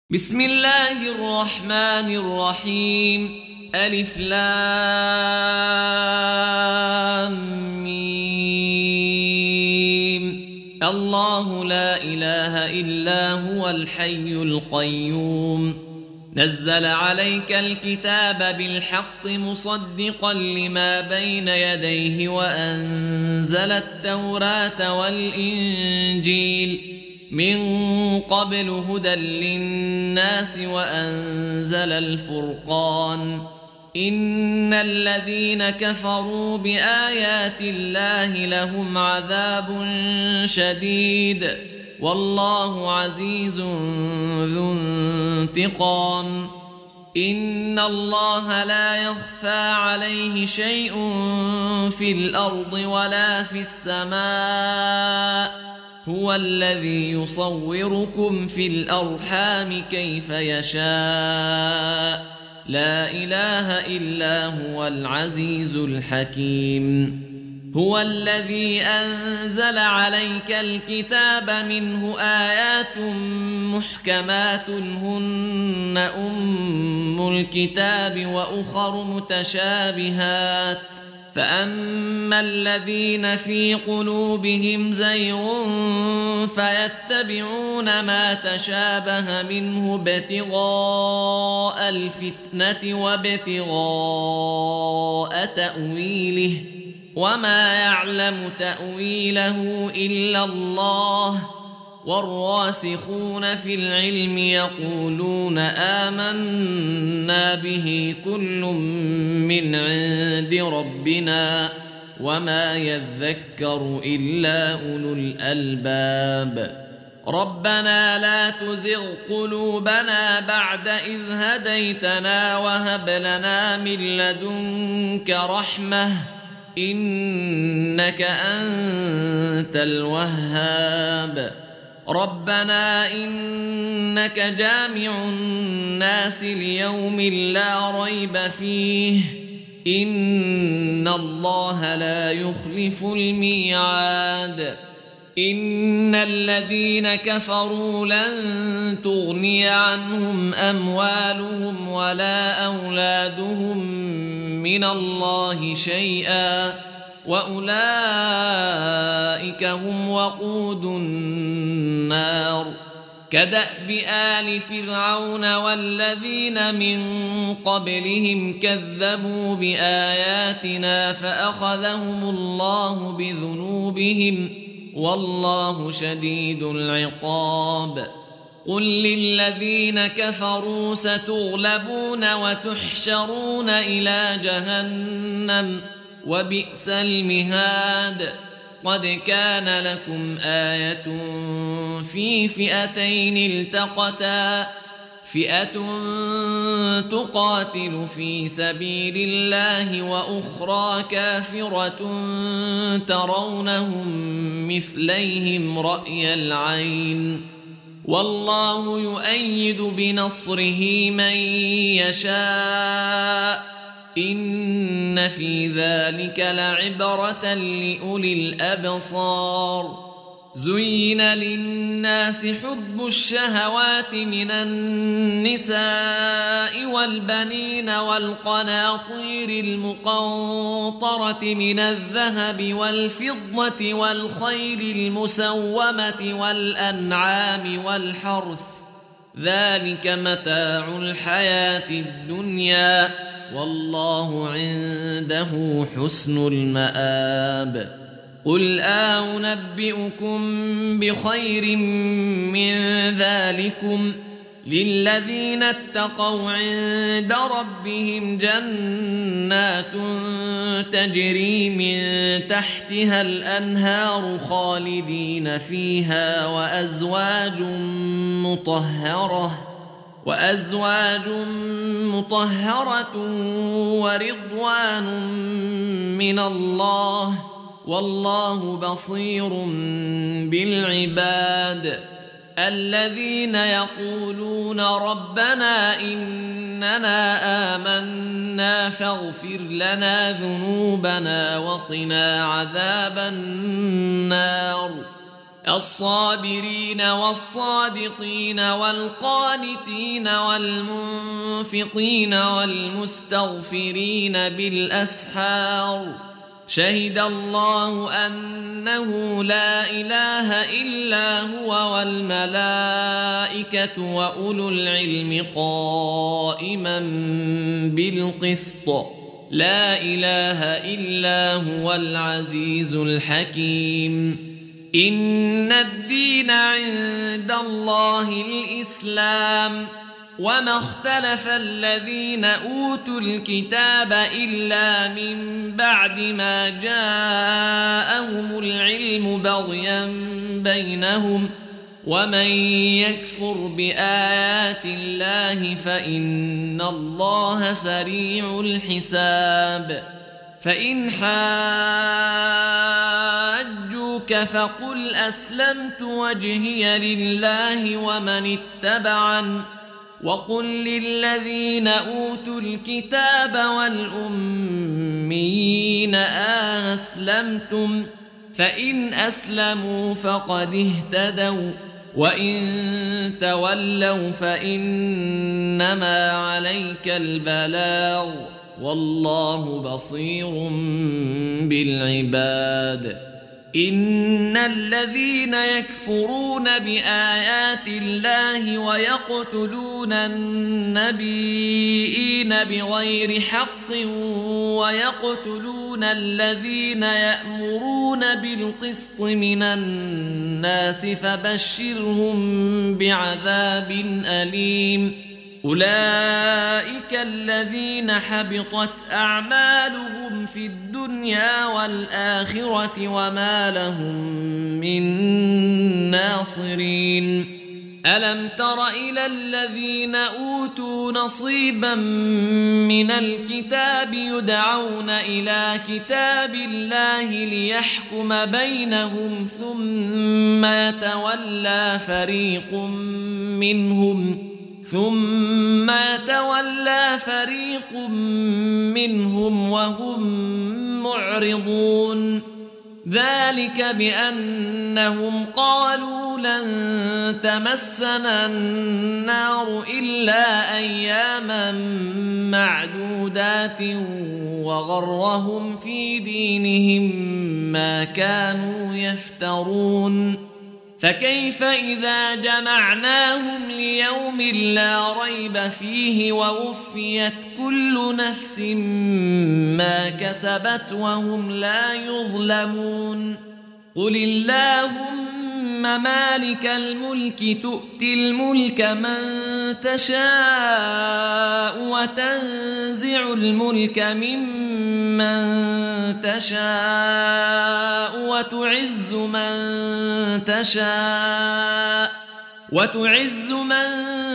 بسم الله الرحمن الرحيم. ألف لام ميم. الله لا إله إلا هو الحي القيوم. نزل عليك الكتاب بالحق مصدقا لما بين يديه وأنزل التوراة والإنجيل من قبل هدى للناس وأنزل الفرقان. إن الذين كفروا بآيات الله لهم عذاب شديد والله عزيز ذو انتقام. إن الله لا يخفى عليه شيء في الأرض ولا في السماء. هو الذي يصوركم في الأرحام كيف يشاء. لا إله إلا هو العزيز الحكيم. هو الذي أنزل عليك الكتاب منه آيات محكمات هن أم الكتاب وأخر متشابهات فأما الذين في قلوبهم زيغ فيتبعون ما تشابه منه ابتغاء الفتنة وابتغاء تأويله وما يعلم تأويله إلا الله والراسخون في العلم يقولون آمنا به كل من عند ربنا وما يذكر إلا أولو الألباب. ربنا لا تزغ قلوبنا بعد إذ هديتنا وهب لنا من لدنك رحمة إنك أنت الوهاب. ربنا إنك جامع الناس ليوم لا ريب فيه إن الله لا يخلف الميعاد. إن الذين كفروا لن تغني عنهم أموالهم ولا أولادهم من الله شيئا وأولئك هم وقود النار. كدأب آل فرعون والذين من قبلهم كذبوا بآياتنا فأخذهم الله بذنوبهم والله شديد العقاب. قل للذين كفروا ستغلبون وتحشرون إلى جهنم وبئس المهاد. قد كان لكم آية في فئتين التقتا فئة تقاتل في سبيل الله وأخرى كافرة ترونهم مثليهم رأي العين والله يؤيد بنصره من يشاء إن في ذلك لعبرة لأولي الأبصار. زين للناس حب الشهوات من النساء والبنين والقناطير المقنطرة من الذهب والفضة والخيل المسومة والأنعام والحرث ذلك متاع الحياة الدنيا والله عنده حسن المآب. قل أنبئكم بخير من ذلكم للذين اتقوا عند ربهم جنات تجري من تحتها الأنهار خالدين فيها وأزواج مطهرة ورضوان من الله والله بصير بالعباد. الذين يقولون ربنا إننا آمنا فاغفر لنا ذنوبنا وقنا عذاب النار. الصابرين والصادقين والقانتين والمنفقين والمستغفرين بالأسحار شهد الله أنه لا إله إلا هو والملائكة وأولو العلم قائما بالقسط لا إله إلا هو العزيز الحكيم إن الدين عند الله الإسلام وما اختلف الذين أوتوا الكتاب إلا من بعد ما جاءهم العلم بغيا بينهم ومن يكفر بآيات الله فإن الله سريع الحساب فإن حاجوك فقل أسلمت وجهي لله ومن اتبعن وقل للذين أوتوا الكتاب والأميين أسلمتم فإن أسلموا فقد اهتدوا وإن تولوا فإنما عليك البلاغ والله بصير بالعباد إن الذين يكفرون بآيات الله ويقتلون النبيين بغير حق ويقتلون الذين يأمرون بالقسط من الناس فبشرهم بعذاب أليم أولئك الذين حبطت أعمالهم في الدنيا والآخرة وما لهم من ناصرين ألم تر إلى الذين أوتوا نصيبا من الكتاب يدعون إلى كتاب الله ليحكم بينهم ثم يتولى فريق منهم وهم معرضون ذلك بأنهم قالوا لن تمسنا النار إلا أياما معدودات وغرهم في دينهم ما كانوا يفترون فكيف إذا جمعناهم ليوم لا ريب فيه ووفيت كل نفس ما كسبت وهم لا يظلمون قل اللهم مالك الملك تؤتي الملك من تشاء وتنزع الملك ممن تشاء وتعز من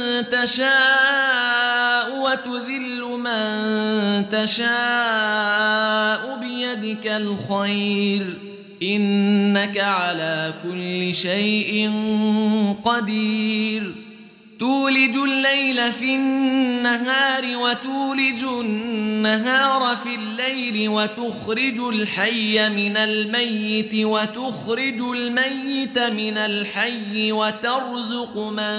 تشاء وتذل من تشاء بيدك الخير إنك على كل شيء قدير تولج الليل في النهار وتولج النهار في الليل وتخرج الحي من الميت وتخرج الميت من الحي وترزق من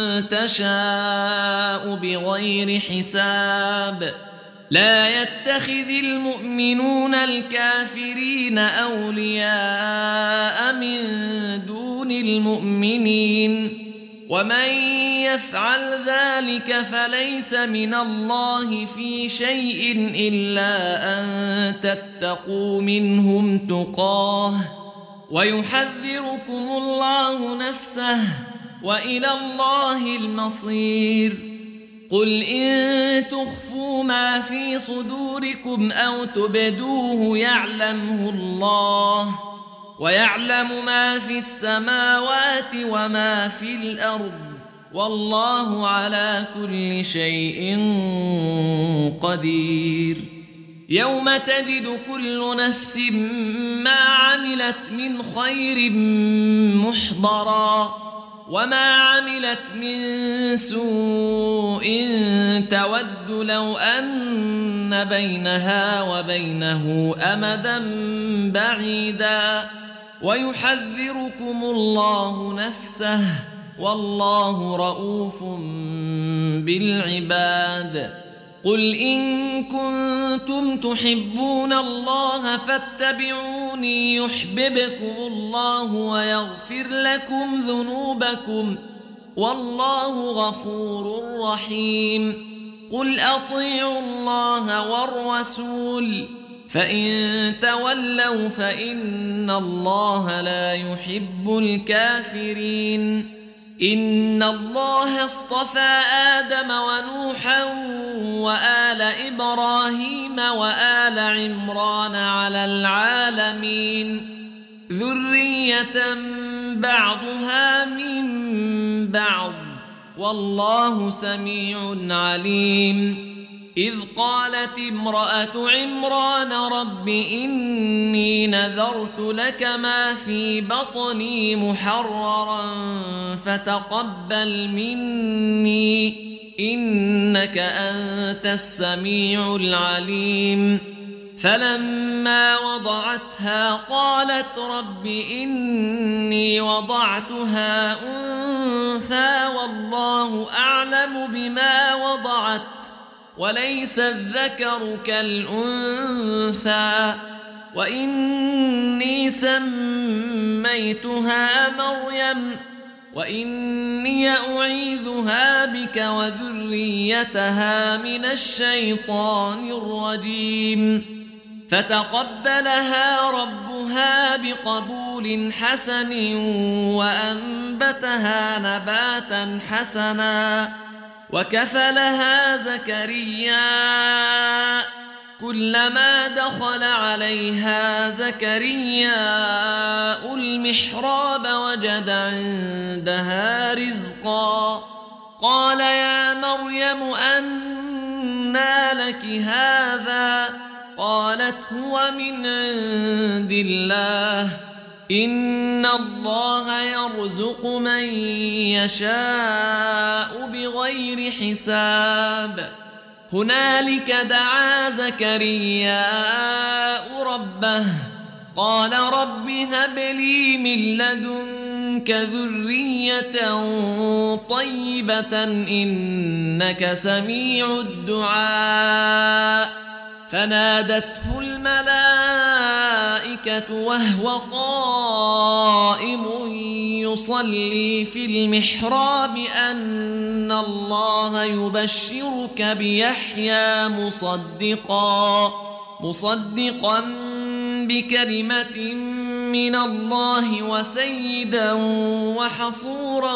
تشاء بغير حساب لا يتخذ المؤمنون الكافرين أولياء من دون المؤمنين ومن يفعل ذلك فليس من الله في شيء إلا أن تتقوا منهم تقاه ويحذركم الله نفسه وإلى الله المصير قل إن تخفوا ما في صدوركم أو تبدوه يعلمه الله ويعلم ما في السماوات وما في الأرض والله على كل شيء قدير يوم تجد كل نفس ما عملت من خير محضرا وما عملت من سوء تود لو أن بينها وبينه أمدا بعيدا ويحذركم الله نفسه والله رؤوف بالعباد. قل إن كنتم تحبون الله فاتبعوني يحببكم الله ويغفر لكم ذنوبكم والله غفور رحيم. قل أطيعوا الله والرسول فإن تولوا فإن الله لا يحب الكافرين. إن الله اصطفى آدم ونوحا وآل إبراهيم وآل عمران على العالمين ذرية بعضها من بعض والله سميع عليم. إذ قالت امرأة عمران رب إني نذرت لك ما في بطني محررا فتقبل مني إنك أنت السميع العليم. فلما وضعتها قالت رب إني وضعتها أنثى والله أعلم بما وضعت وليس الذكر كالأنثى وإني سميتها مريم وإني أعيذها بك وذريتها من الشيطان الرجيم. فتقبلها ربها بقبول حسن وأنبتها نباتا حسنا وكفلها زكريا كلما دخل عليها زكرياء المحراب وجد عندها رزقا قال يا مريم أنى لك هذا قالت هو من عند الله إن الله يرزق من يشاء بغير حساب. هنالك دعا زكرياء ربه قال رب هب لي من لدنك ذرية طيبة إنك سميع الدعاء. فنادته الملائكة وهو قائم يصلي في المحراب أن الله يبشرك بيحيى مصدقا بكلمة من الله وسيدا وحصورا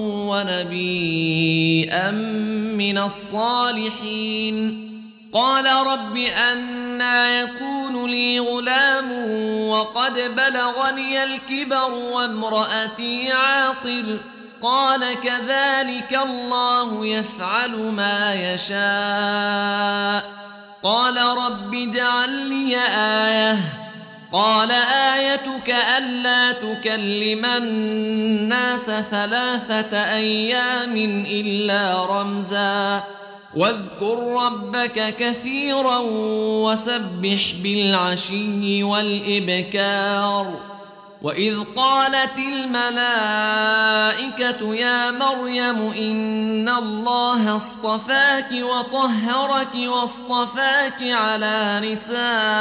ونبيا من الصالحين. قال رب أنى يكون لي غلام وقد بلغني الكبر وامرأتي عاقر قال كذلك الله يفعل ما يشاء. قال رب اجعل لي آية قال آيتك ألا تكلم الناس 3 أيام إلا رمزا واذكر ربك كثيرا وسبح بالعشي والإبكار. وإذ قالت الملائكة يا مريم إن الله اصطفاك وطهرك واصطفاك على نساء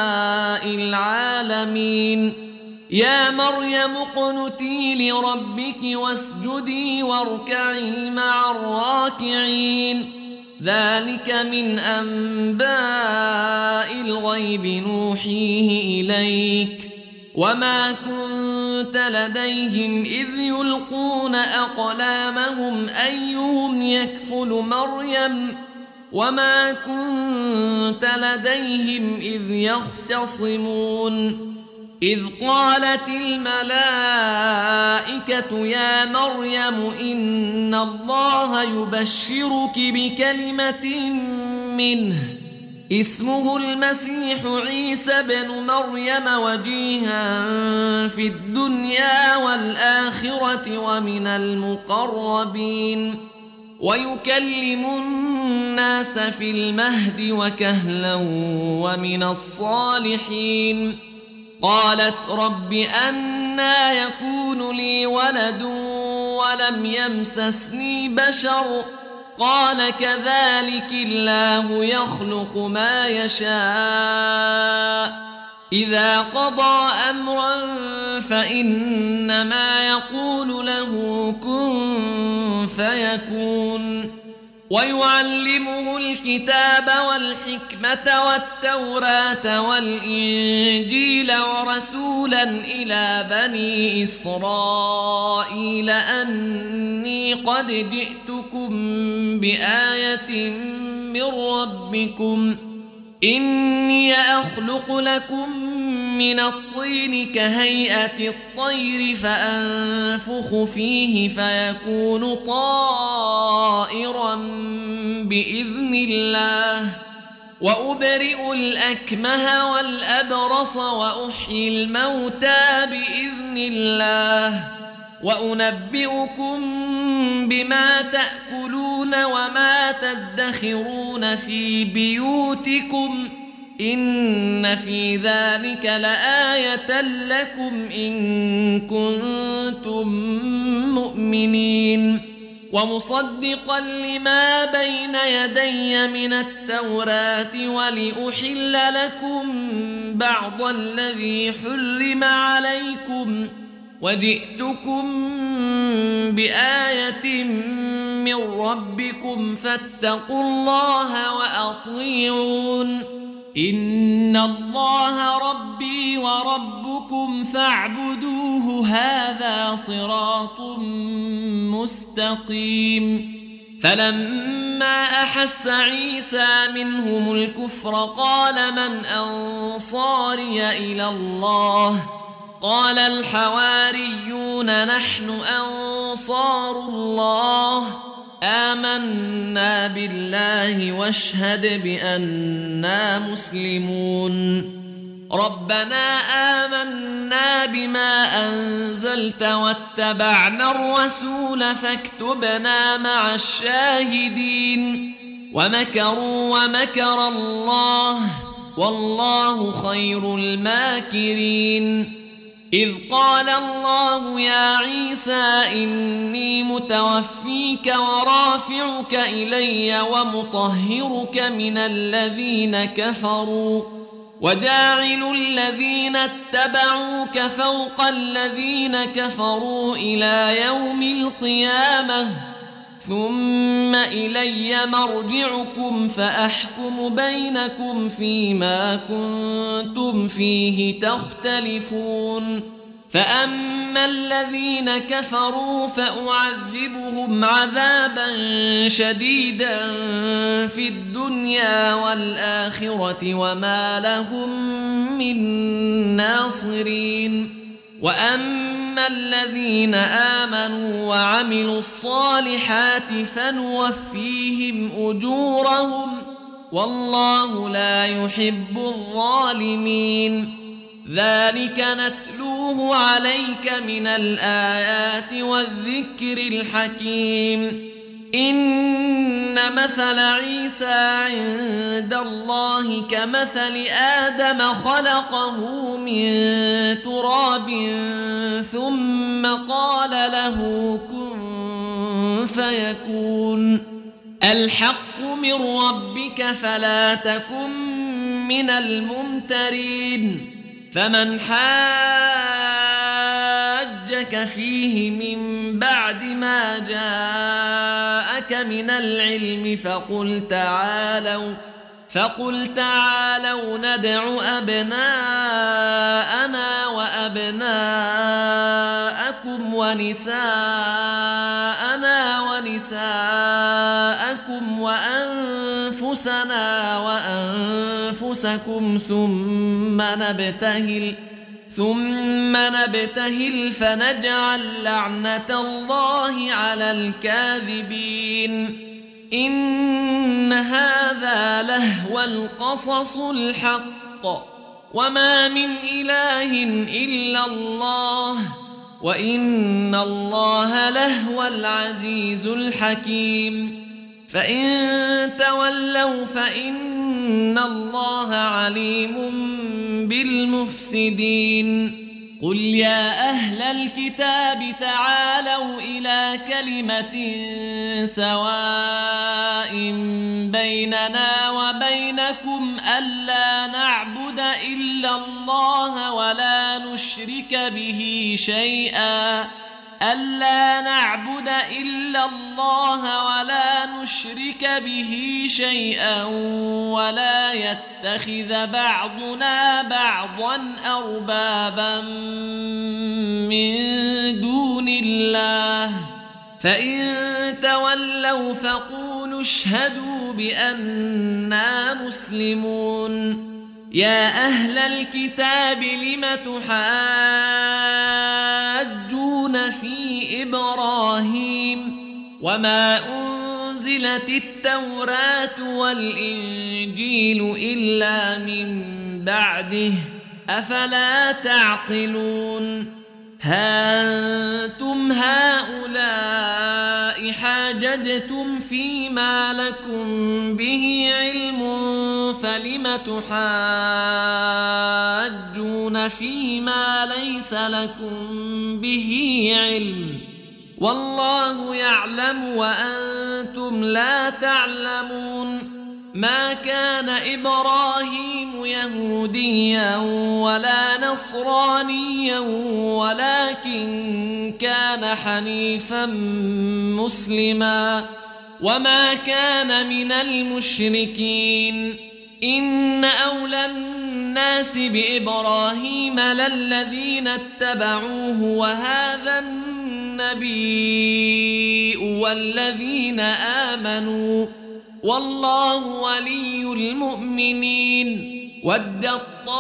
العالمين. يا مريم اقنتي لربك واسجدي واركعي مع الراكعين. ذلك من أنباء الغيب نوحيه إليك وما كنت لديهم إذ يلقون أقلامهم أيهم يكفل مريم وما كنت لديهم إذ يختصمون. إذ قالت الملائكة يا مريم إن الله يبشرك بكلمة منه اسمه المسيح عيسى بن مريم وجيها في الدنيا والآخرة ومن المقربين ويكلم الناس في المهد وكهلا ومن الصالحين. قالت رب أنى يكون لي ولد ولم يمسسني بشر قال كذلك الله يخلق ما يشاء إذا قضى أمرا فإنما يقول له كن فيكون ويعلمه الكتاب والحكمة والتوراة والإنجيل ورسولا إلى بني إسرائيل أني قد جئتكم بآية من ربكم إني أخلق لكم من الطين كهيئة الطير فأنفخ فيه فيكون طائرا بإذن الله وأبرئ الأكمه والأبرص وأحيي الموتى بإذن الله وأنبئكم بما تأكلون وما تدخرون في بيوتكم إن في ذلك لآية لكم إن كنتم مؤمنين ومصدقا لما بين يدي من التوراة ولأحل لكم بعض الذي حرم عليكم وجئتكم بآية من ربكم فاتقوا الله وأطيعون إن الله ربي وربكم فاعبدوه هذا صراط مستقيم فلما أحس عيسى منهم الكفر قال من أنصاري إلى الله قال الحواريون نحن أنصار الله آمنا بالله واشهد بأننا مسلمون ربنا آمنا بما أنزلت واتبعنا الرسول فاكتبنا مع الشاهدين ومكروا ومكر الله والله خير الماكرين إذ قال الله يا عيسى إني متوفيك ورافعك إلي ومطهرك من الذين كفروا وجاعل الذين اتبعوك فوق الذين كفروا إلى يوم القيامة ثم إلي مرجعكم فأحكم بينكم فيما كنتم فيه تختلفون فأما الذين كفروا فأعذبهم عذابا شديدا في الدنيا والآخرة وما لهم من ناصرين وأما الذين آمنوا وعملوا الصالحات فنوفيهم أجورهم والله لا يحب الظالمين ذلك نتلوه عليك من الآيات والذكر الحكيم إن مثل عيسى عند الله كمثل آدم خلقه من تراب ثم قال له كن فيكون الحق من ربك فلا تكن من الممترين فمن حاجك فيه من بعد ما جاءك من العلم فقل تعالوا ندع أبناءنا وأبناءكم ونساءنا ونساءكم وأنفسنا وأنفسكم ثم نبتهل فنجعل لعنة الله على الكاذبين إن هذا لهو القصص الحق وما من إله إلا الله وإن الله لهو العزيز الحكيم فإن تولوا فإن الله عليم بالمفسدين قل يا أهل الكتاب تعالوا إلى كلمة سواء بيننا وبينكم ألا نعبد إلا الله ولا نشرك به شيئا ولا يتخذ بعضنا بعضا أربابا من دون الله فإن تولوا فقولوا اشهدوا بأننا مسلمون يا أهل الكتاب لم تحاجون في إبراهيم وما أنزلت التوراة والإنجيل إلا من بعده أفلا تعقلون ها أنتم هؤلاء حاججتم فيما لكم به علم فلم تحاجون فيما ليس لكم به علم والله يعلم وأنتم لا تعلمون ما كان إبراهيم يهوديا ولا نصرانيا ولكن كان حنيفا مسلما وما كان من المشركين إن أولى الناس بإبراهيم للذين اتبعوه وهذا النبي والذين آمنوا والله ولي المؤمنين ودت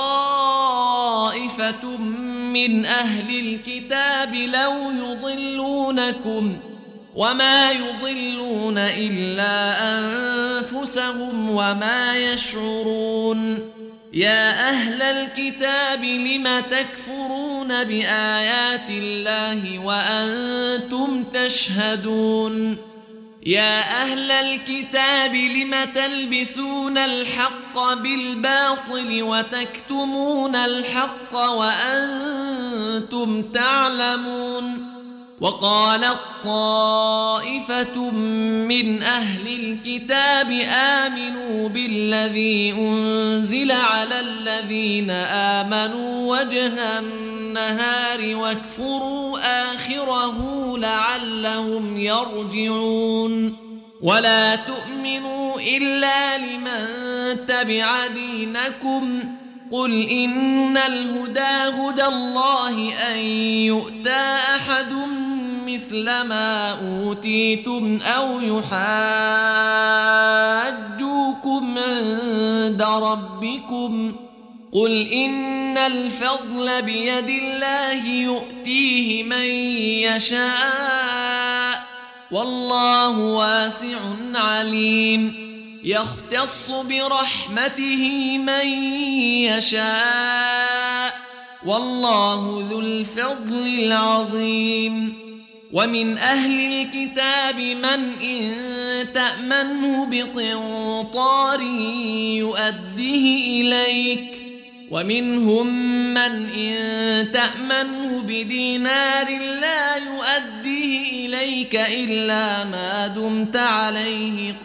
طائفة من أهل الكتاب لو يضلونكم وما يضلون إلا أنفسهم وما يشعرون يا أهل الكتاب لم تكفرون بآيات الله وأنتم تشهدون يا أهل الكتاب لم تلبسون الحق بالباطل وتكتمون الحق وأنتم تعلمون وقالت طائفة من أهل الكتاب آمنوا بالذي أنزل على الذين آمنوا وجه النهار واكفروا آخره لعلهم يرجعون ولا تؤمنوا إلا لمن تبع دينكم قل إن الهدى هدى الله أن يؤتى أحد مثل ما أوتيتم أو يحاجوكم عند ربكم قل إن الفضل بيد الله يؤتيه من يشاء والله واسع عليم يختص برحمته من يشاء والله ذو الفضل العظيم ومن أهل الكتاب من إن تأمنه بقنطار يؤديه إليك ومنهم من إن تأمنه بدينار لا يؤديه إليك إلا ما دمت عليه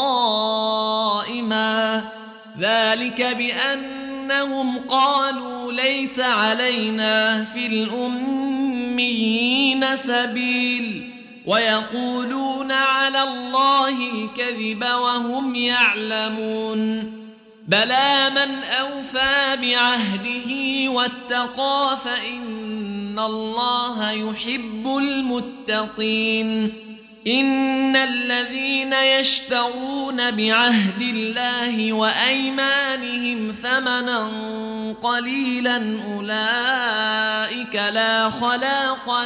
قائما ذلك بأنهم قالوا ليس علينا في الأميين سبيل ويقولون على الله الكذب وهم يعلمون بلى من أوفى بعهده واتقى فإن الله يحب المتقين إن الذين يشترون بعهد الله وأيمانهم ثمنا قليلا أولئك لا خلاق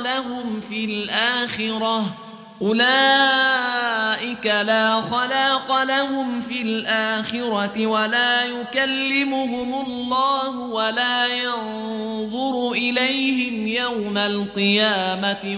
لهم في الآخرة ولا يكلمهم الله ولا ينظر إليهم يوم القيامة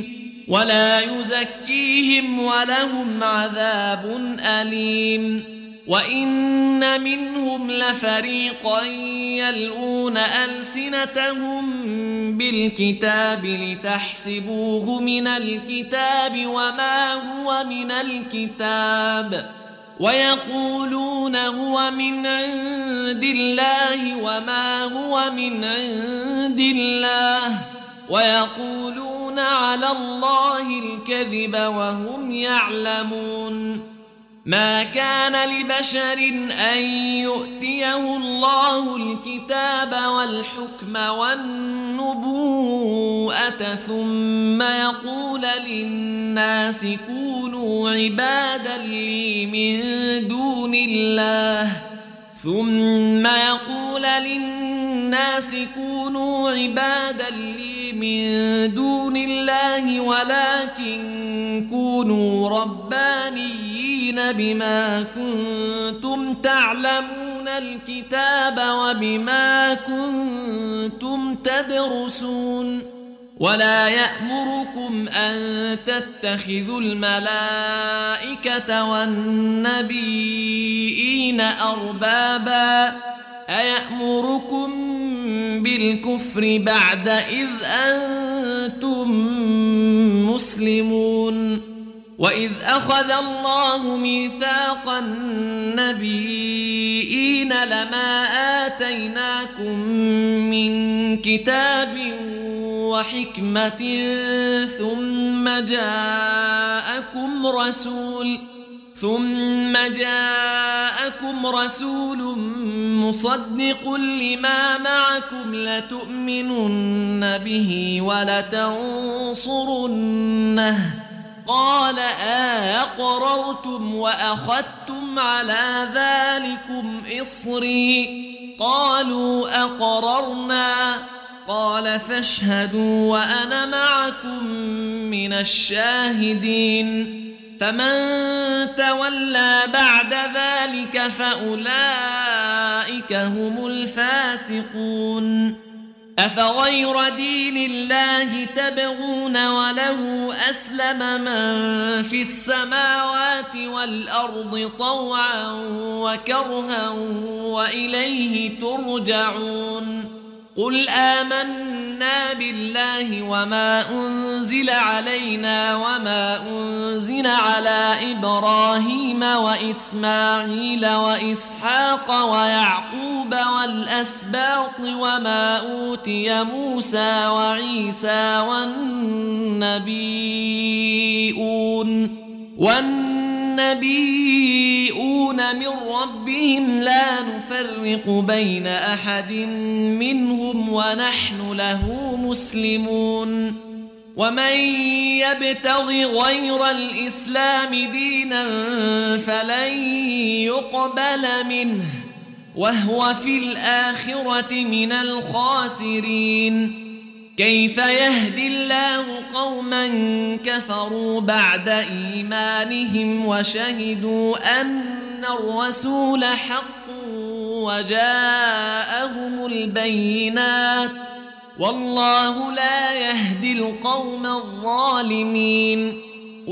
ولا يزكيهم ولهم عذاب أليم وإن منهم لفريقا يلؤون ألسنتهم بالكتاب لتحسبوه من الكتاب وما هو من الكتاب ويقولون هو من عند الله وما هو من عند الله ويقولون على الله الكذب وهم يعلمون. ما كان لبشر أن يؤتيه الله الكتاب والحكم والنبوءة ثم يقول للناس كونوا عبادا لي من دون الله ولكن كونوا ربانيين بما كنتم تعلمون الكتاب وبما كنتم تدرسون. ولا يأمركم أن تتخذوا الملائكة والنبيين أربابا أيأمركم بالكفر بعد إذ أنتم مسلمون. وإذ أخذ الله ميثاق النبيين لما آتيناكم من كتاب وحكمة ثم جاءكم رسول مصدق لما معكم لتؤمنن به ولتنصرنه قال أقررتم وأخذتم على ذلكم إصري قالوا أقررنا قال فاشهدوا وأنا معكم من الشاهدين. فمن تولى بعد ذلك فأولئك هم الفاسقون. أفغير دين الله تبغون وله أسلم من في السماوات والأرض طوعا وكرها وإليه ترجعون. قل آمنا بالله وما أنزل علينا وما أنزل على إبراهيم وإسماعيل وإسحاق ويعقوب والأسباط وما أوتي موسى وعيسى والنبيون من ربهم لا نفرق بين أحد منهم ونحن له مسلمون. ومن يبتغ غير الإسلام دينا فلن يقبل منه وهو في الآخرة من الخاسرين. كيف يهدي الله قوما كفروا بعد إيمانهم وشهدوا أن الرسول حق وجاءهم البينات والله لا يهدي القوم الظالمين.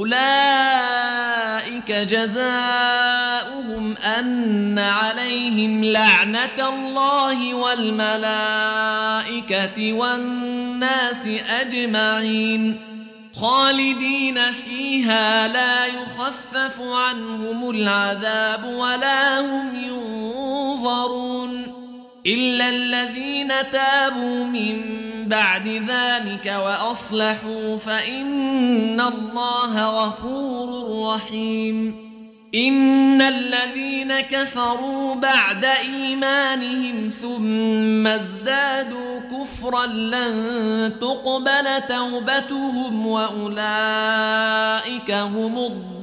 أولئك جزاؤهم أن عليهم لعنة الله والملائكة والناس أجمعين خالدين فيها لا يخفف عنهم العذاب ولا هم ينظرون إلا الذين تابوا من بعد ذلك وأصلحوا فإن الله غفور رحيم. إن الذين كفروا بعد إيمانهم ثم ازدادوا كفرا لن تقبل توبتهم وأولئك هم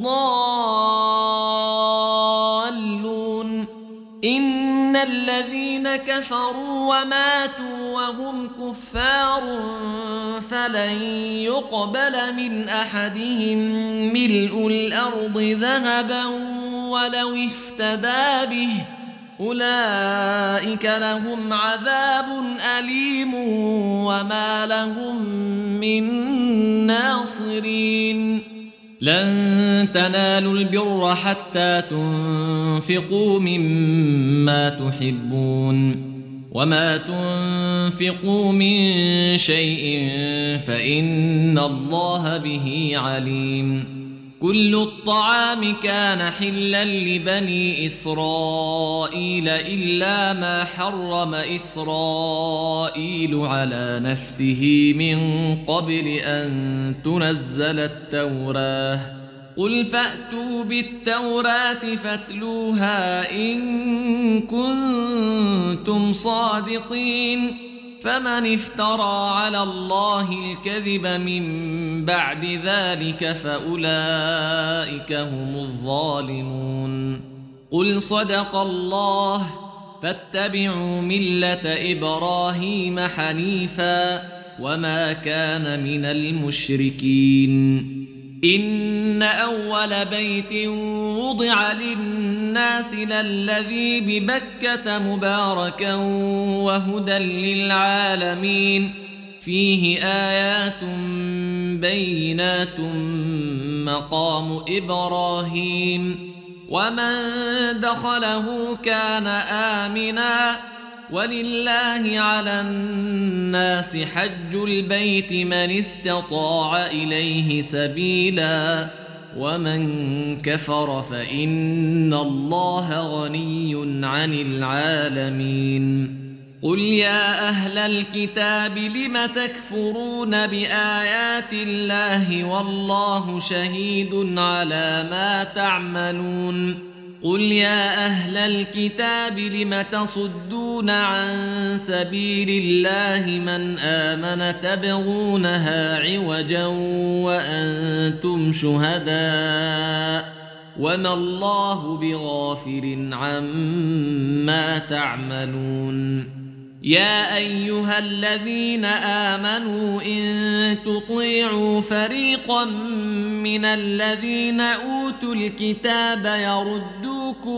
الضالون. إن الذين كفروا وماتوا وهم كفار فلن يقبل من أحدهم ملء الأرض ذهبا ولو افتدى به أولئك لهم عذاب أليم وما لهم من ناصرين. لن تنالوا البر حتى تنفقوا مما تحبون وما تنفقوا من شيء فإن الله به عليم كل الطعام كان حلا لبني إسرائيل إلا ما حرم إسرائيل على نفسه من قبل أن تنزل التوراة قل فأتوا بالتوراة فاتلوها إن كنتم صادقين فمن افترى على الله الكذب من بعد ذلك فأولئك هم الظالمون قل صدق الله فاتبعوا ملة إبراهيم حنيفا وما كان من المشركين إن أول بيت وضع للناس للذي ببكة مباركا وهدى للعالمين فيه آيات بينات مقام إبراهيم ومن دخله كان آمنا ولله على الناس حج البيت من استطاع إليه سبيلا ومن كفر فإن الله غني عن العالمين قل يا أهل الكتاب لم تكفرون بآيات الله والله شهيد على ما تعملون قل يا أهل الكتاب لم تصدون عن سبيل الله من آمن تبغونها عوجا وأنتم شهداء وما الله بغافل عما تعملون يا أيها الذين آمنوا إن تطيعوا فريقا من الذين أوتوا الكتاب يردوكم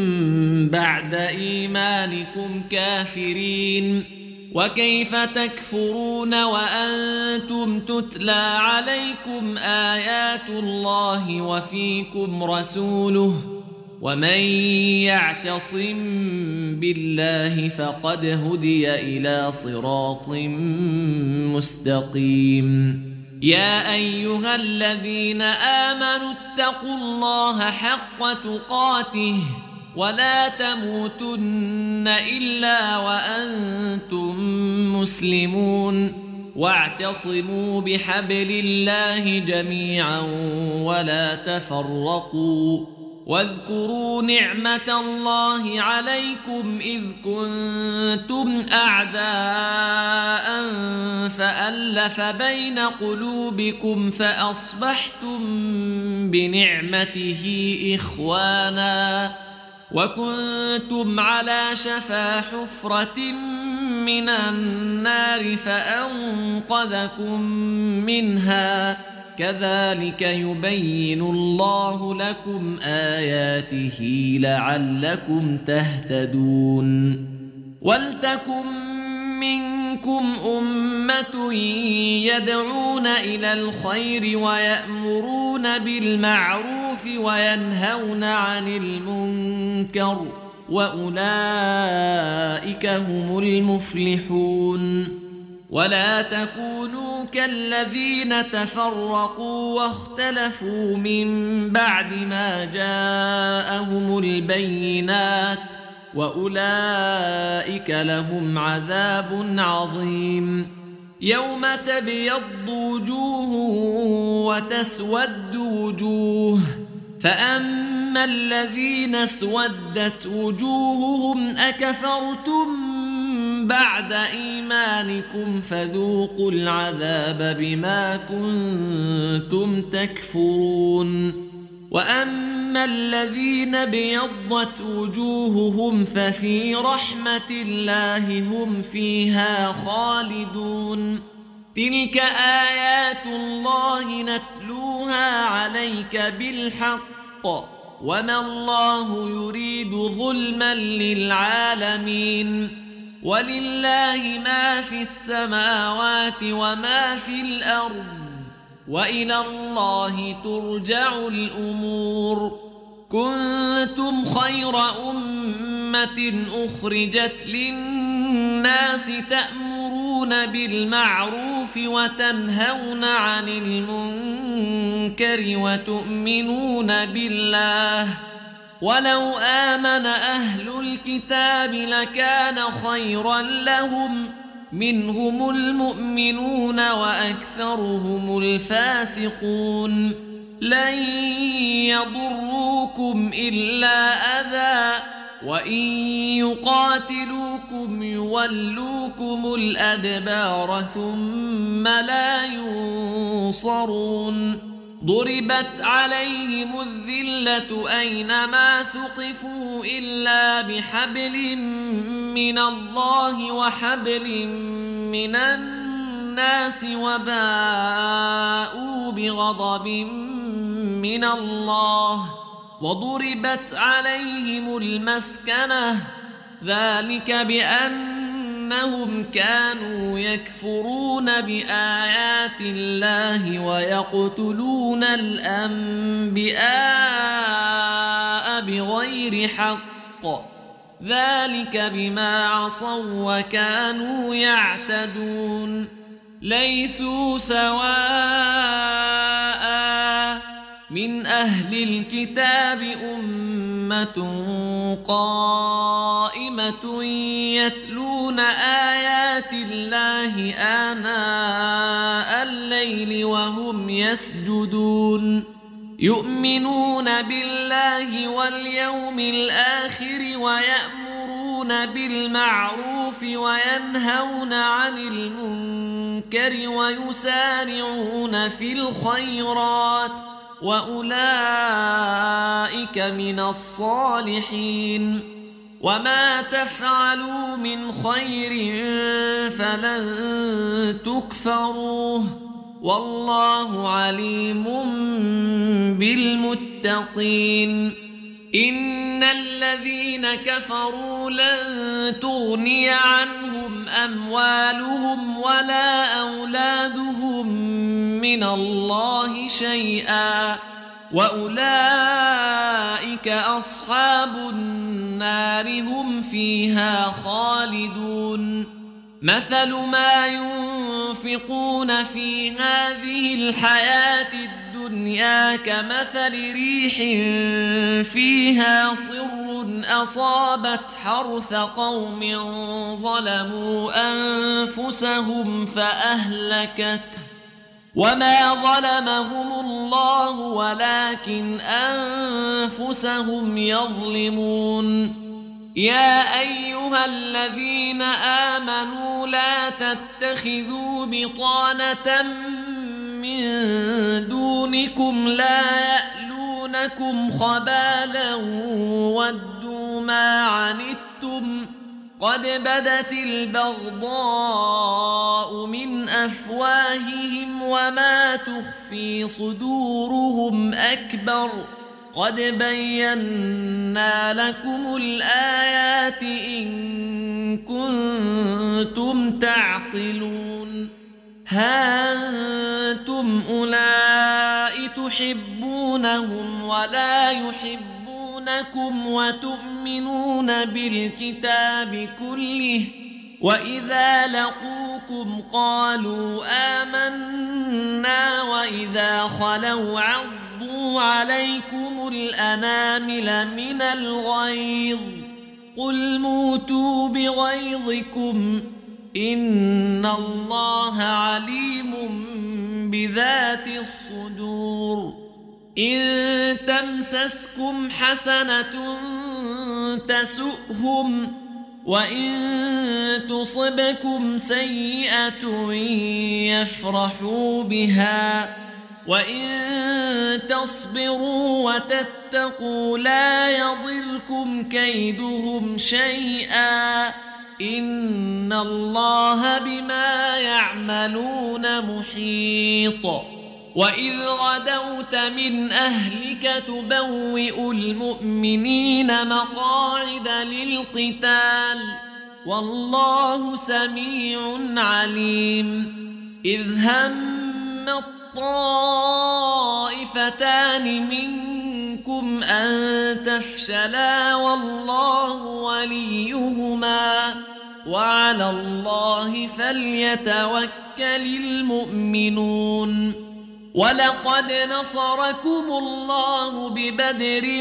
بعد إيمانكم كافرين وكيف تكفرون وأنتم تتلى عليكم آيات الله وفيكم رسوله ومن يعتصم بالله فقد هدي إلى صراط مستقيم يا أيها الذين آمنوا اتقوا الله حق تقاته ولا تموتن إلا وأنتم مسلمون واعتصموا بحبل الله جميعا ولا تفرقوا واذكروا نعمة الله عليكم إذ كنتم أعداء فألف بين قلوبكم فأصبحتم بنعمته إخوانا وكنتم على شفا حفرة من النار فأنقذكم منها كذلك يبين الله لكم آياته لعلكم تهتدون ولتكن منكم أمة يدعون إلى الخير ويأمرون بالمعروف وينهون عن المنكر وأولئك هم المفلحون ولا تكونوا كالذين تفرقوا واختلفوا من بعد ما جاءهم البينات وأولئك لهم عذاب عظيم يوم تبيض وجوه وتسود وجوه فأما الذين اسودت وجوههم أكفرتم بعد إيمانكم فذوقوا العذاب بما كنتم تكفرون وأما الذين ابيضت وجوههم ففي رحمة الله هم فيها خالدون تلك آيات الله نتلوها عليك بالحق وما الله يريد ظلما للعالمين ولله ما في السماوات وما في الأرض وإلى الله ترجع الأمور. كنتم خير أمة أخرجت للناس تأمرون بالمعروف وتنهون عن المنكر وتؤمنون بالله. ولو آمن أهل الكتاب لكان خيرا لهم، منهم المؤمنون وأكثرهم الفاسقون. لن يضروكم إلا أذى، وإن يقاتلوكم يولوكم الأدبار ثم لا ينصرون. ضربت عليهم الذلة أينما ثقفوا إلا بحبل من الله وحبل من الناس وباءوا بغضب من الله وضربت عليهم المسكنة، ذلك بأنهم كانوا يكفرون بآيات الله ويقتلون الأنبياء بغير حق، ذلك بما عصوا وكانوا يعتدون. ليسوا سواء من أهل الكتاب أمة قائمة يتلون آيات الله آناء الليل وهم يسجدون، يؤمنون بالله واليوم الآخر ويأمرون بالمعروف وينهون عن المنكر ويسارعون في الخيرات، وأولئك من الصالحين. وما تفعلوا من خير فلن تكفروه، والله عليم بالمتقين. إن الذين كفروا لن تغني عنهم أموالهم ولا أولادهم من الله شيئا، وأولئك أصحاب النار هم فيها خالدون. مثل ما ينفقون في هذه الحياة الدنيا كمثل ريح فيها صر أصابت حرث قوم ظلموا أنفسهم فأهلكته، وما ظلمهم الله ولكن أنفسهم يظلمون. يا أيها الذين آمنوا لا تتخذوا بطانة من دونكم لا يألونكم خبالا ودوا ما عنتم قد بدت البغضاء من أفواههم وما تخفي صدورهم أكبر، قد بينا لكم الآيات إن كنتم تعقلون. ها أنتم أولئك تحبونهم ولا يحبونكم وتؤمنون بالكتاب كله، وإذا لقوكم قالوا آمنا وإذا خلوا عضوا عليكم الأنامل من الغيظ قل موتوا بغيظكم إن الله عليم بذات الصدور. إن تمسسكم حسنة تسؤهم وإن تصبكم سيئة يفرحوا بها وإن تصبروا وتتقوا لا يضركم كيدهم شيئا إن الله بما يعملون محيط. وإذ غدوت من أهلك تبوئ المؤمنين مقاعد للقتال والله سميع عليم. إذ همت الطائفتان منكم أن تفشلا والله وليهما وعلى الله فليتوكل المؤمنون ولقد نصركم الله ببدر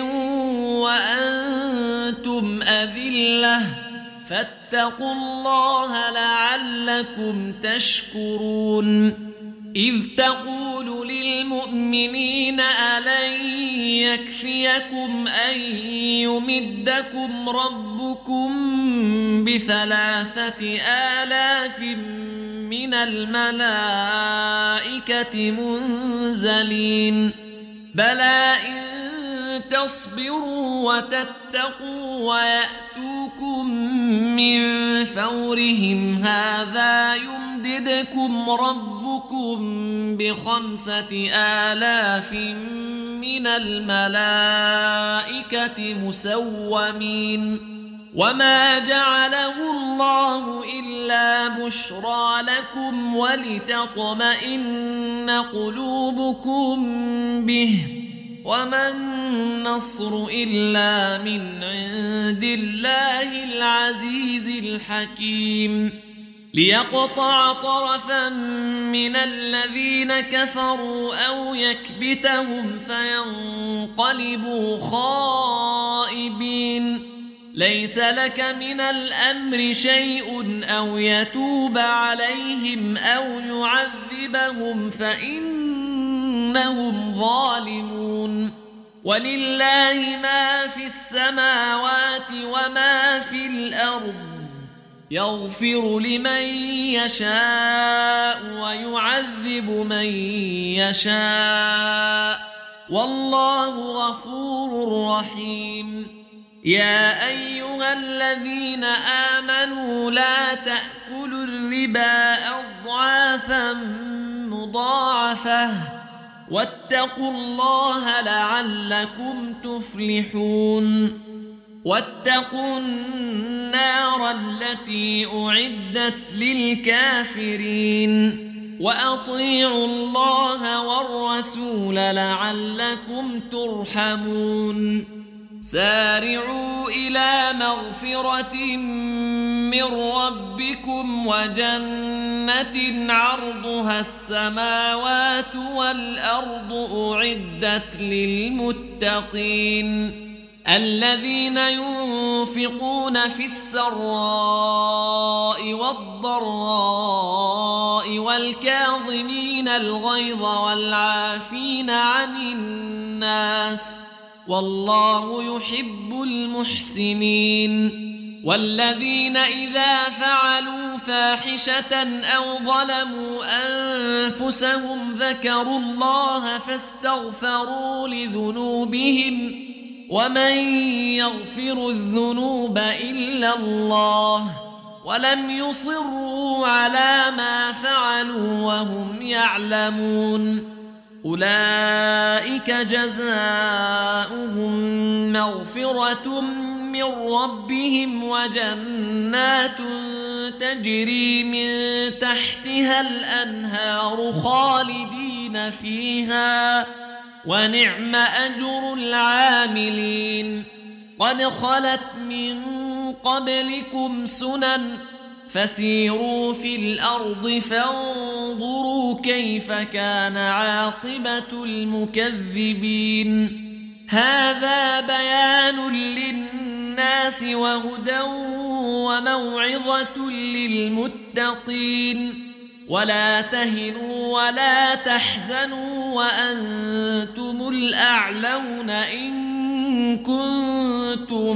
وأنتم أذلة فاتقوا الله لعلكم تشكرون إذ تقول للمؤمنين ألن يكفيكم أن يمدكم ربكم ب3,000 من الملائكة منزلين بلى إن تصبروا وتتقوا ويأتوكم من فورهم هذا يمددكم ربكم ب5,000 من الملائكة مسومين وما جعله الله إلا بشرى لكم ولتطمئن قلوبكم به وما النصر إلا من عند الله العزيز الحكيم ليقطع طرفا من الذين كفروا أو يكبتهم فينقلبوا خائبين ليس لك من الأمر شيء أو يتوب عليهم أو يعذبهم فإنهم ظالمون ولله ما في السماوات وما في الأرض يغفر لمن يشاء ويعذب من يشاء والله غفور رحيم يا أيها الذين آمنوا لا تأكلوا الربا أضعافا مضاعفة واتقوا الله لعلكم تفلحون واتقوا النار التي أعدت للكافرين وأطيعوا الله والرسول لعلكم ترحمون سارعوا إلى مغفرة من ربكم وجنة عرضها السماوات والأرض أعدت للمتقين الذين ينفقون في السراء والضراء والكاظمين الغيظ والعافين عن الناس والله يحب المحسنين والذين إذا فعلوا فاحشة أو ظلموا أنفسهم ذكروا الله فاستغفروا لذنوبهم ومن يغفر الذنوب إلا الله ولم يصروا على ما فعلوا وهم يعلمون أولئك جزاؤهم مغفرة من ربهم وجنات تجري من تحتها الأنهار خالدين فيها ونعم أجر العاملين قد خلت من قبلكم سنن فسيروا في الأرض فانظروا كيف كان عاقبة المكذبين هذا بيان للناس وهدى وموعظة للمتقين ولا تهنوا ولا تحزنوا وأنتم الأعلون إن كنتم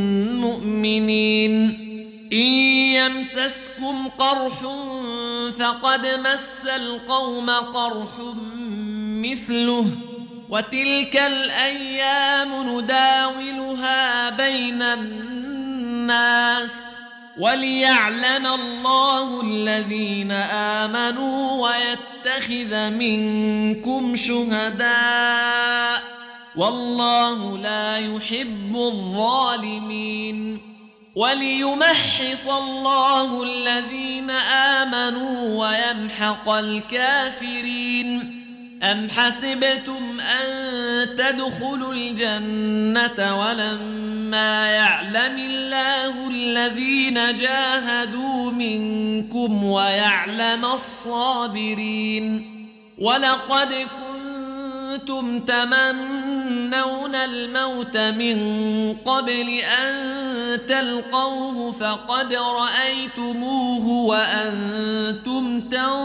مؤمنين إن يمسسكم قرح فقد مس القوم قرح مثله وتلك الأيام نداولها بين الناس وليعلم الله الذين آمنوا ويتخذ منكم شهداء والله لا يحب الظالمين وليمحص الله الذين آمنوا ويمحق الكافرين أم حسبتم أن تدخلوا الجنة ولما يعلم الله الذين جاهدوا منكم ويعلم الصابرين ولقد كنتم تمنون الموت من قبل أن تلقوه فقد رأيتموه وأنتم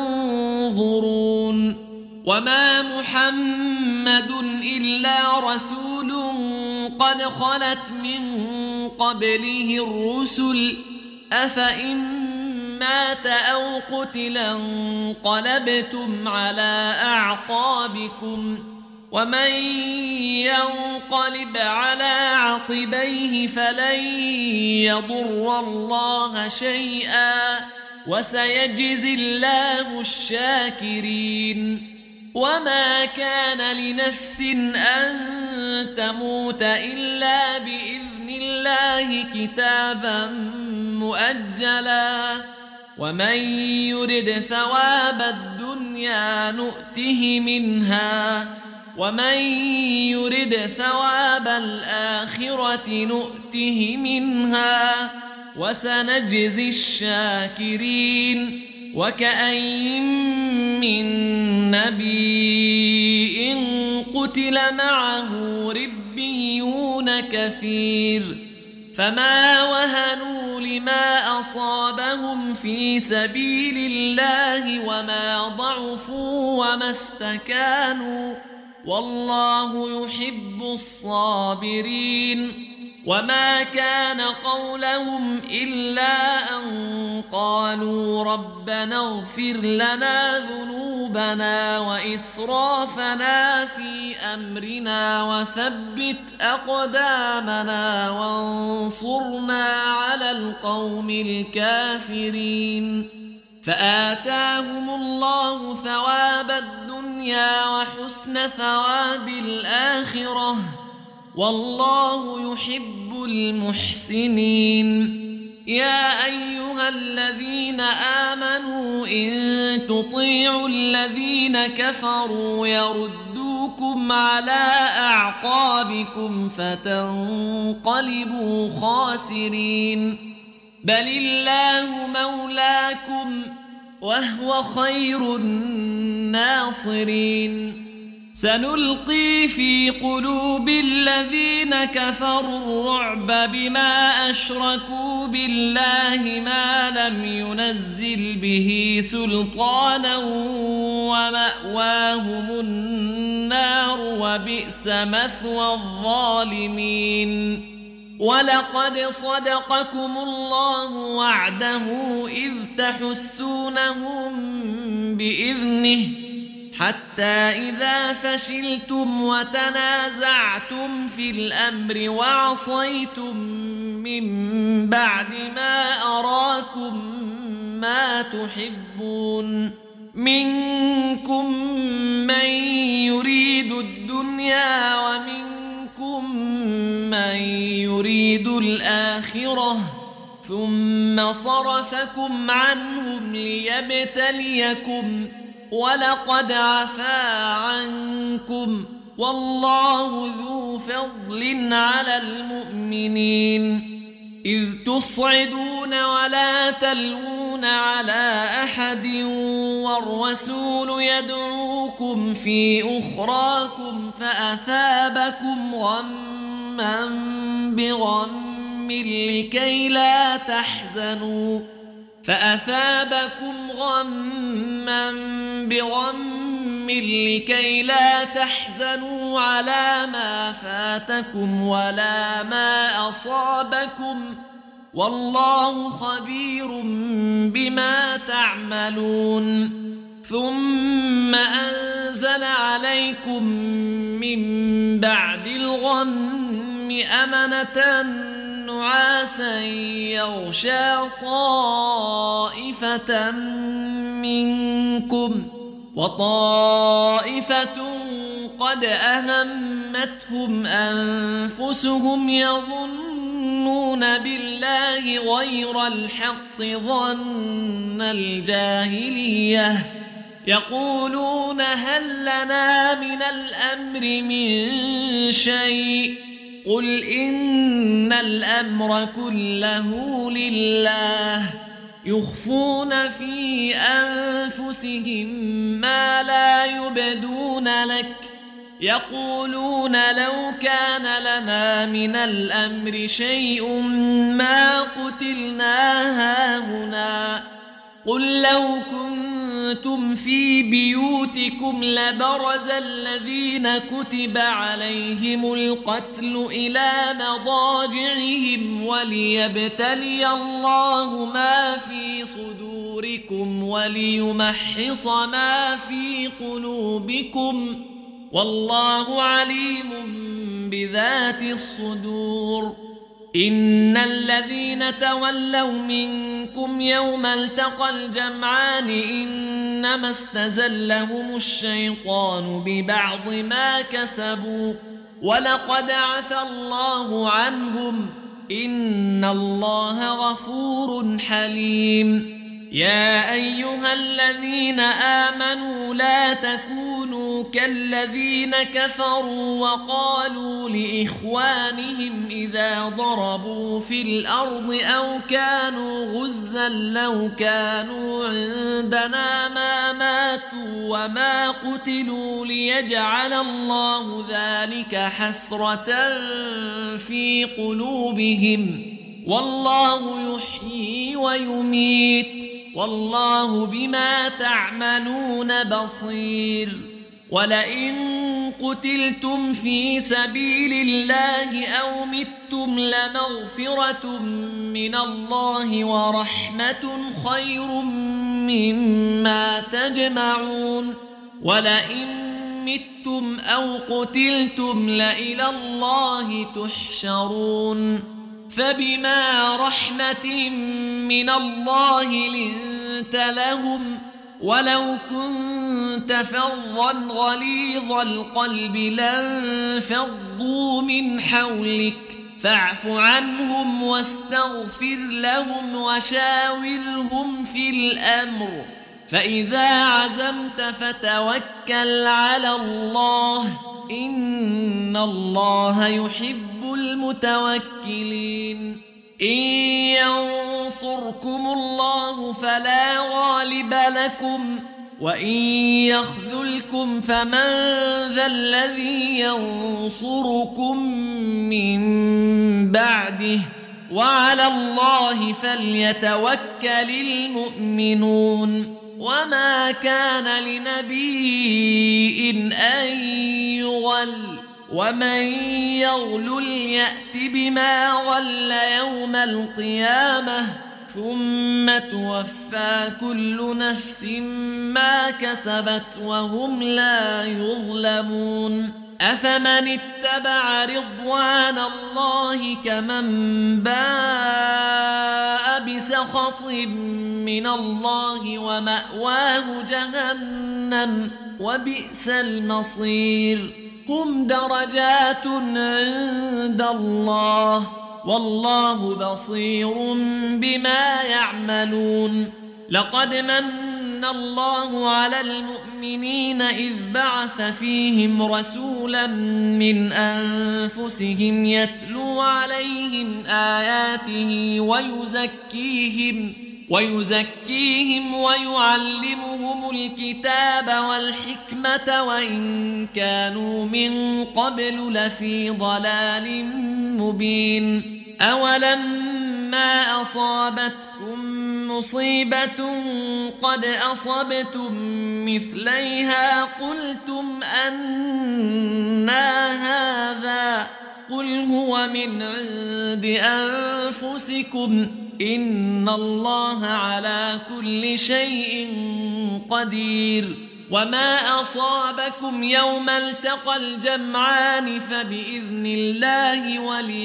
تنظرون وما محمد إلا رسول قد خلت من قبله الرسل أفإن مات أو قتلا انقلبتم على أعقابكم ومن ينقلب على عقبيه فلن يضر الله شيئا وسيجزي الله الشاكرين وما كان لنفس أن تموت إلا بإذن الله كتابا مؤجلا ومن يرد ثواب الدنيا نؤته منها ومن يرد ثواب الآخرة نؤته منها وسنجزي الشاكرين وكأين من نبي قتل معه ربيون كثير فما وهنوا لما أصابهم في سبيل الله وما ضعفوا وما استكانوا والله يحب الصابرين وما كان قولهم إلا أن قالوا ربنا اغفر لنا ذنوبنا وإسرافنا في أمرنا وثبت أقدامنا وانصرنا على القوم الكافرين فآتاهم الله ثواب الدنيا وحسن ثواب الآخرة والله يحب المحسنين يا أيها الذين آمنوا إن تطيعوا الذين كفروا يردوكم على أعقابكم فتنقلبوا خاسرين بل الله مولاكم وهو خير الناصرين سنلقي في قلوب الذين كفروا الرعب بما أشركوا بالله ما لم ينزل به سلطانا ومأواهم النار وبئس مثوى الظالمين ولقد صدقكم الله وعده إذ تحسونهم بإذنه حتى إذا فشلتم وتنازعتم في الأمر وعصيتم من بعد ما أراكم ما تحبون منكم من يريد الدنيا ومنكم من يريد الآخرة ثم صرفكم عنهم ليبتليكم ولقد عفا عنكم والله ذو فضل على المؤمنين إذ تصعدون ولا تلوون على أحد والرسول يدعوكم في أخراكم فأثابكم غما بغم لكي لا تحزنوا فأثابكم غما بغم لكي لا تحزنوا على ما فاتكم ولا ما أصابكم والله خبير بما تعملون ثم أنزل عليكم من بعد الغم أمنة نعاسا يغشى طائفة منكم وطائفة قد أهمتهم أنفسهم يظنون بالله غير الحق ظن الجاهلية يقولون هل لنا من الأمر من شيء قل إن الأمر كله لله يخفون في أنفسهم ما لا يبدون لك يقولون لو كان لنا من الأمر شيء ما قتلنا هاهنا قل لو كنتم في بيوتكم لبرز الذين كتب عليهم القتل إلى مضاجعهم وليبتلي الله ما في صدوركم وليمحص ما في قلوبكم والله عليم بذات الصدور إن الذين تولوا منكم يوم التقى الجمعان إنما استزلهم الشيطان ببعض ما كسبوا ولقد عفى الله عنهم إن الله غفور حليم يا أيها الذين آمنوا لا تكونوا كالذين كفروا وقالوا لإخوانهم إذا ضربوا في الأرض أو كانوا غزا لو كانوا عندنا ما ماتوا وما قتلوا ليجعل الله ذلك حسرة في قلوبهم والله يحيي ويميت والله بما تعملون بصير ولئن قتلتم في سبيل الله أو متم لمغفرة من الله ورحمة خير مما تجمعون ولئن متم أو قتلتم لإلى الله تحشرون فبما رحمة من الله لنت لهم ولو كنت فظا غليظ القلب لانفضوا من حولك فاعف عنهم واستغفر لهم وشاورهم في الأمر فإذا عزمت فتوكل على الله إن الله يحب المتوكلين إن ينصركم الله فلا غالب لكم وإن يخذلكم فمن ذا الذي ينصركم من بعده وعلى الله فليتوكل المؤمنون وما كان لنبي أن يغل ومن يغلل يأت بما غل يوم القيامة ثم توفى كل نفس ما كسبت وهم لا يظلمون أفمن اتبع رضوان الله كمن باء بسخط من الله ومأواه جهنم وبئس المصير هم درجات عند الله والله بصير بما يعملون لقد من الله على المؤمنين إذ بعث فيهم رسولا من أنفسهم يتلو عليهم آياته ويزكيهم ويعلمهم الكتاب والحكمة وإن كانوا من قبل لفي ضلال مبين أولما أصابتكم مصيبة قد أصبتم مثليها قلتم أنى هذا قل هو من عند أنفسكم إن الله على كل شيء قدير وما أصابكم يوم التقى الجمعان فبإذن الله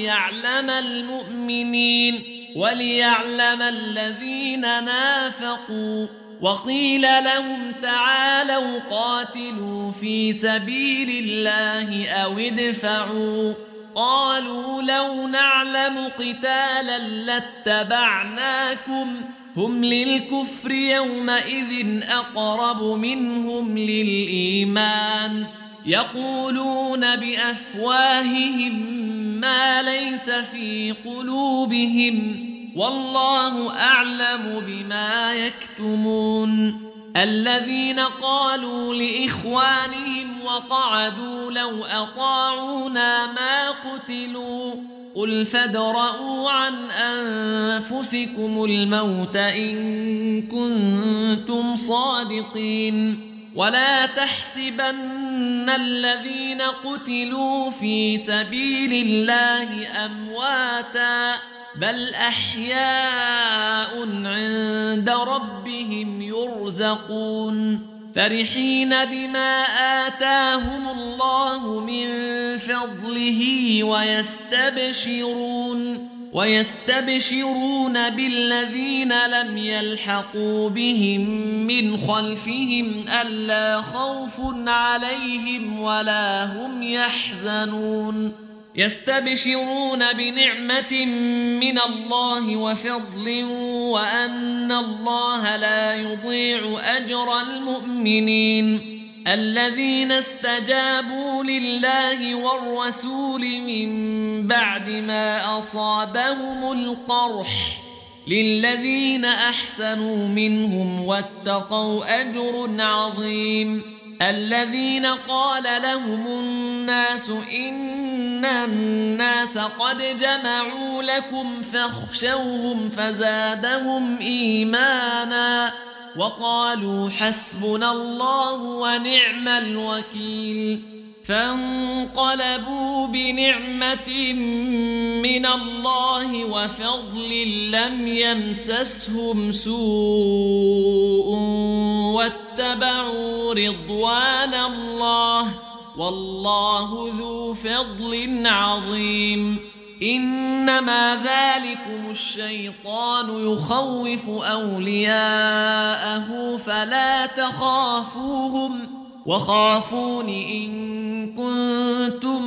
وليعلم الذين نافقوا وقيل لهم تعالوا قاتلوا في سبيل الله أو ادفعوا قالوا لو نعلم قتالا لاتبعناكم هم للكفر يومئذ أقرب منهم للإيمان يقولون بأفواههم ما ليس في قلوبهم والله أعلم بما يكتمون الذين قالوا لإخوانهم وقعدوا لو أطاعونا ما قتلوا قل فادرءوا عن أنفسكم الموت إن كنتم صادقين ولا تحسبن الذين قتلوا في سبيل الله أمواتا بل أحياء عند ربهم يرزقون فرحين بما آتاهم الله من فضله ويستبشرون بالذين لم يلحقوا بهم من خلفهم ألا خوف عليهم ولا هم يحزنون يستبشرون بنعمة من الله وفضل وأن الله لا يضيع أجر المؤمنين الذين استجابوا لله والرسول من بعد ما أصابهم القرح للذين أحسنوا منهم واتقوا أجر عظيم الذين قال لهم الناس إن الناس قد جمعوا لكم فاخشوهم فزادهم إيمانا وقالوا حسبنا الله ونعم الوكيل فانقلبوا بنعمة من الله وفضل لم يمسسهم سوء واتبعوا رضوان الله والله ذو فضل عظيم إنما ذلكم الشيطان يخوف أولياءه فلا تخافوهم وخافون إن كنتم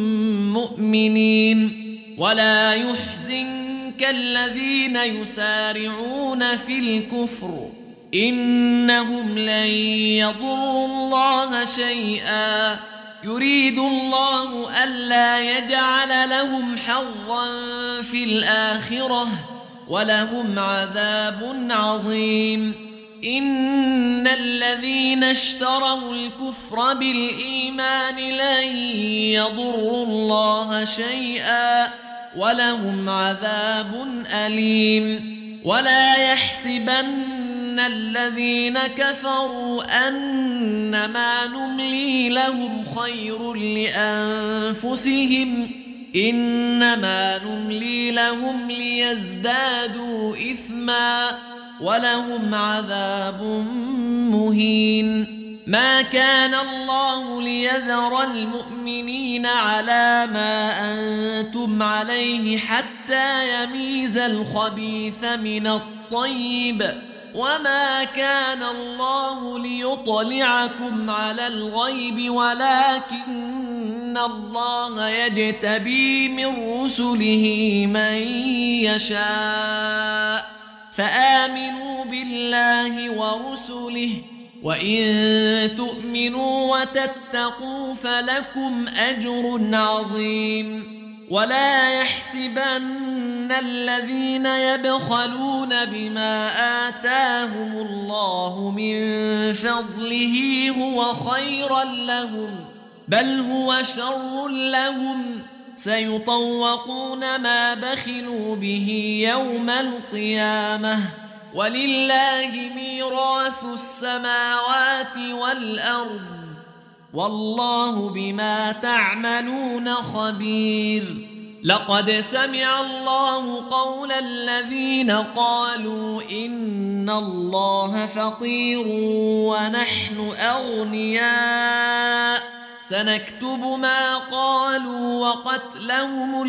مؤمنين ولا يحزنك الذين يسارعون في الكفر إنهم لن يضروا الله شيئا يريد الله ألا يجعل لهم حظا في الآخرة ولهم عذاب عظيم إن الذين اشتروا الكفر بالإيمان لن يضروا الله شيئا ولهم عذاب أليم ولا يحسبن الذين كفروا أنما نملي لهم خير لأنفسهم إنما نملي لهم ليزدادوا إثما ولهم عذاب مهين ما كان الله ليذر المؤمنين على ما أنتم عليه حتى يميز الخبيث من الطيب وما كان الله ليطلعكم على الغيب ولكن الله يجتبي من رسله من يشاء فآمنوا بالله ورسله وإن تؤمنوا وتتقوا فلكم أجر عظيم ولا يحسبن الذين يبخلون بما آتاهم الله من فضله هو خيرا لهم بل هو شر لهم سيطوقون ما بخلوا به يوم القيامة ولله ميراث السماوات والأرض والله بما تعملون خبير لقد سمع الله قول الذين قالوا إن الله فقير ونحن أغنياء سنكتب ما قالوا وقتلهم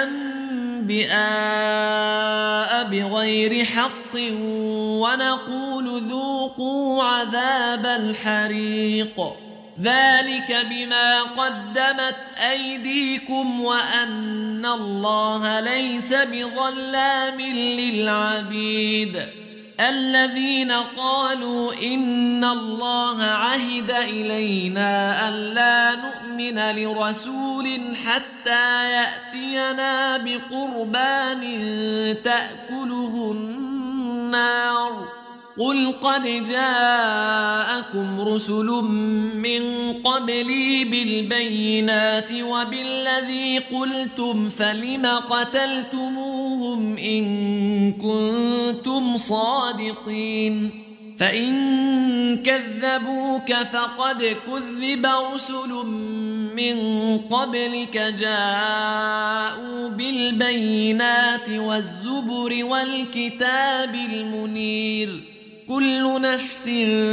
الأنبياء بغير حق ونقول ذوقوا عذاب الحريق ذلك بما قدمت أيديكم وأن الله ليس بظلام للعبيد الذين قالوا إن الله عهد إلينا ألا نؤمن لرسول حتى يأتينا بقربان تأكله النار قل قد جاءكم رسل من قبلي بالبينات وبالذي قلتم فلم قتلتموهم إن كنتم صادقين فإن كذبوك فقد كذب رسل من قبلك جاءوا بالبينات والزبر والكتاب المنير كل نفس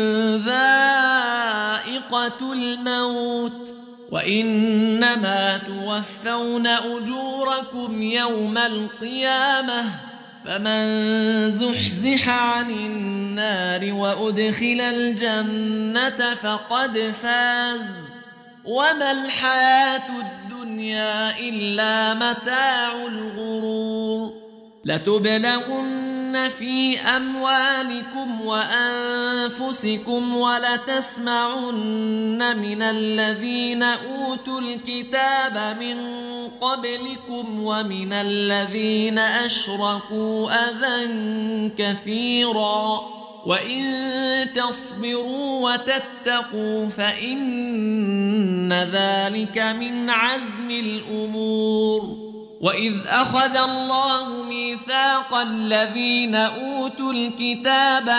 ذائقة الموت وإنما توفون أجوركم يوم القيامة فمن زحزح عن النار وأدخل الجنة فقد فاز وما الحياة الدنيا إلا متاع الغرور لتبلغن في أموالكم وأنفسكم ولتسمعن من الذين أوتوا الكتاب من قبلكم ومن الذين أشركوا أذى كثيرا وإن تصبروا وتتقوا فإن ذلك من عزم الأمور وإذ أخذ الله ميثاق الذين أوتوا الكتاب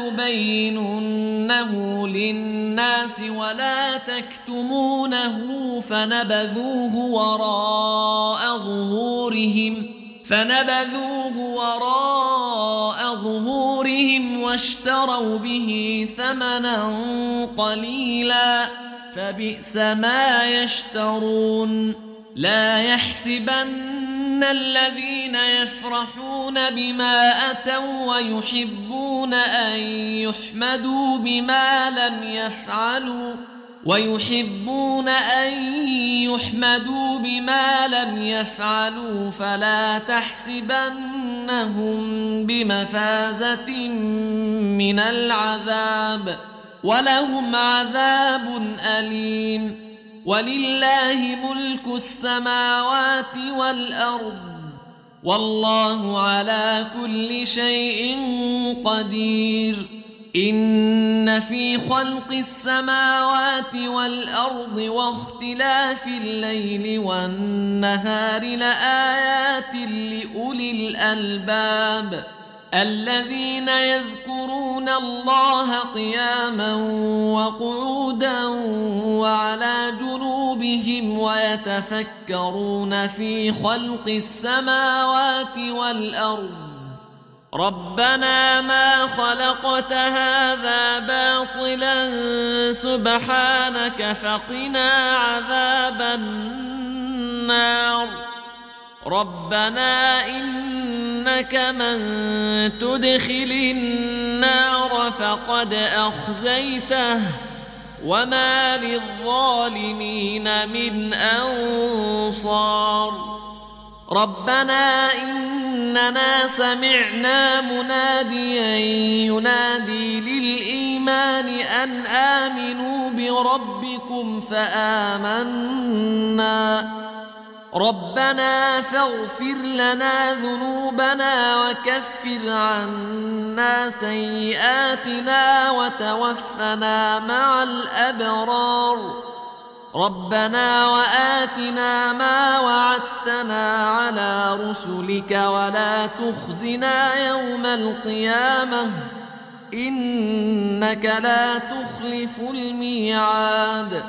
لتبيننه للناس ولا تكتمونه فنبذوه وراء ظهورهم واشتروا به ثمنا قليلا فبئس ما يشترون لا يحسبن الذين يفرحون بما أتوا ويحبون أن يحمدوا بما لم يفعلوا فلا تحسبنهم بمفازة من العذاب ولهم عذاب أليم ولله ملك السماوات والأرض والله على كل شيء قدير إن في خلق السماوات والأرض واختلاف الليل والنهار لآيات لأولي الألباب الذين يذكرون الله قياما وقعودا وعلى جنوبهم ويتفكرون في خلق السماوات والأرض ربنا ما خلقت هذا باطلا سبحانك فقنا عذاب النار ربنا إنك من تدخل النار فقد أخزيته وما للظالمين من أنصار ربنا إننا سمعنا مناديا ينادي للإيمان أن آمنوا بربكم فآمنا ربنا فاغفر لنا ذنوبنا وكفر عنا سيئاتنا وتوفنا مع الأبرار ربنا وآتنا ما وعدتنا على رسلك ولا تخزنا يوم القيامة إنك لا تخلف الميعاد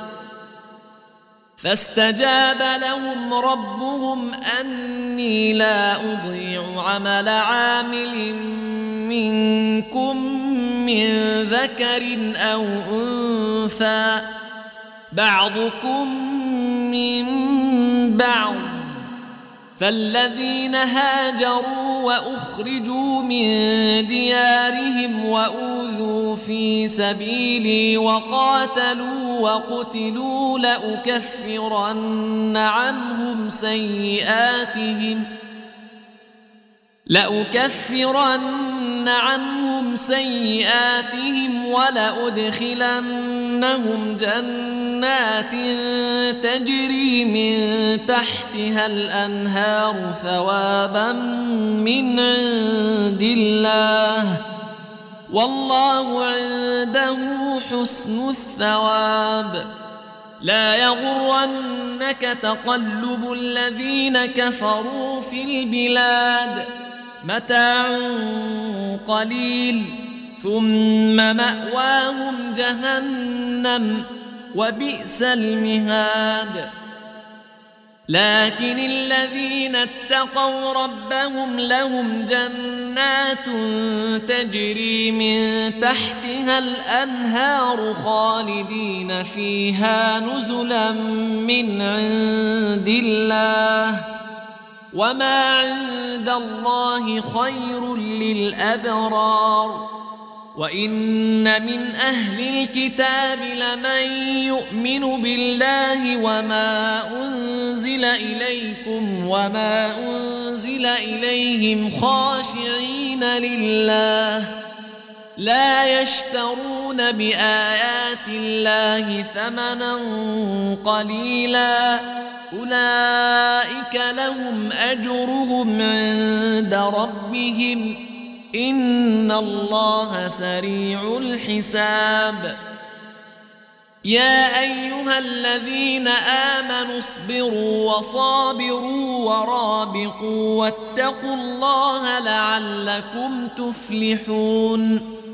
فاستجاب لهم ربهم أني لا أضيع عمل عامل منكم من ذكر أو أنثى بعضكم من بعض فالذين هاجروا وأخرجوا من ديارهم وأوذوا في سبيلي وقاتلوا وقتلوا لأكفرن عنهم عنهم سيئاتهم ولأدخلنهم جنات تجري من تحتها الأنهار ثوابا من عند الله والله عنده حسن الثواب. لا يغرنك تقلب الذين كفروا في البلاد متاع قليل ثم مأواهم جهنم وبئس المهاد. لكن الذين اتقوا ربهم لهم جنات تجري من تحتها الأنهار خالدين فيها نزلا من عند الله وما عند الله خير للأبرار. وإن من أهل الكتاب لمن يؤمن بالله وما أنزل إليكم وما أنزل إليهم خاشعين لله لا يشترون بآيات الله ثمنا قليلا أولئك لهم أجرهم عند ربهم إن الله سريع الحساب. يا أيها الذين آمنوا اصبروا وصابروا ورابطوا واتقوا الله لعلكم تفلحون.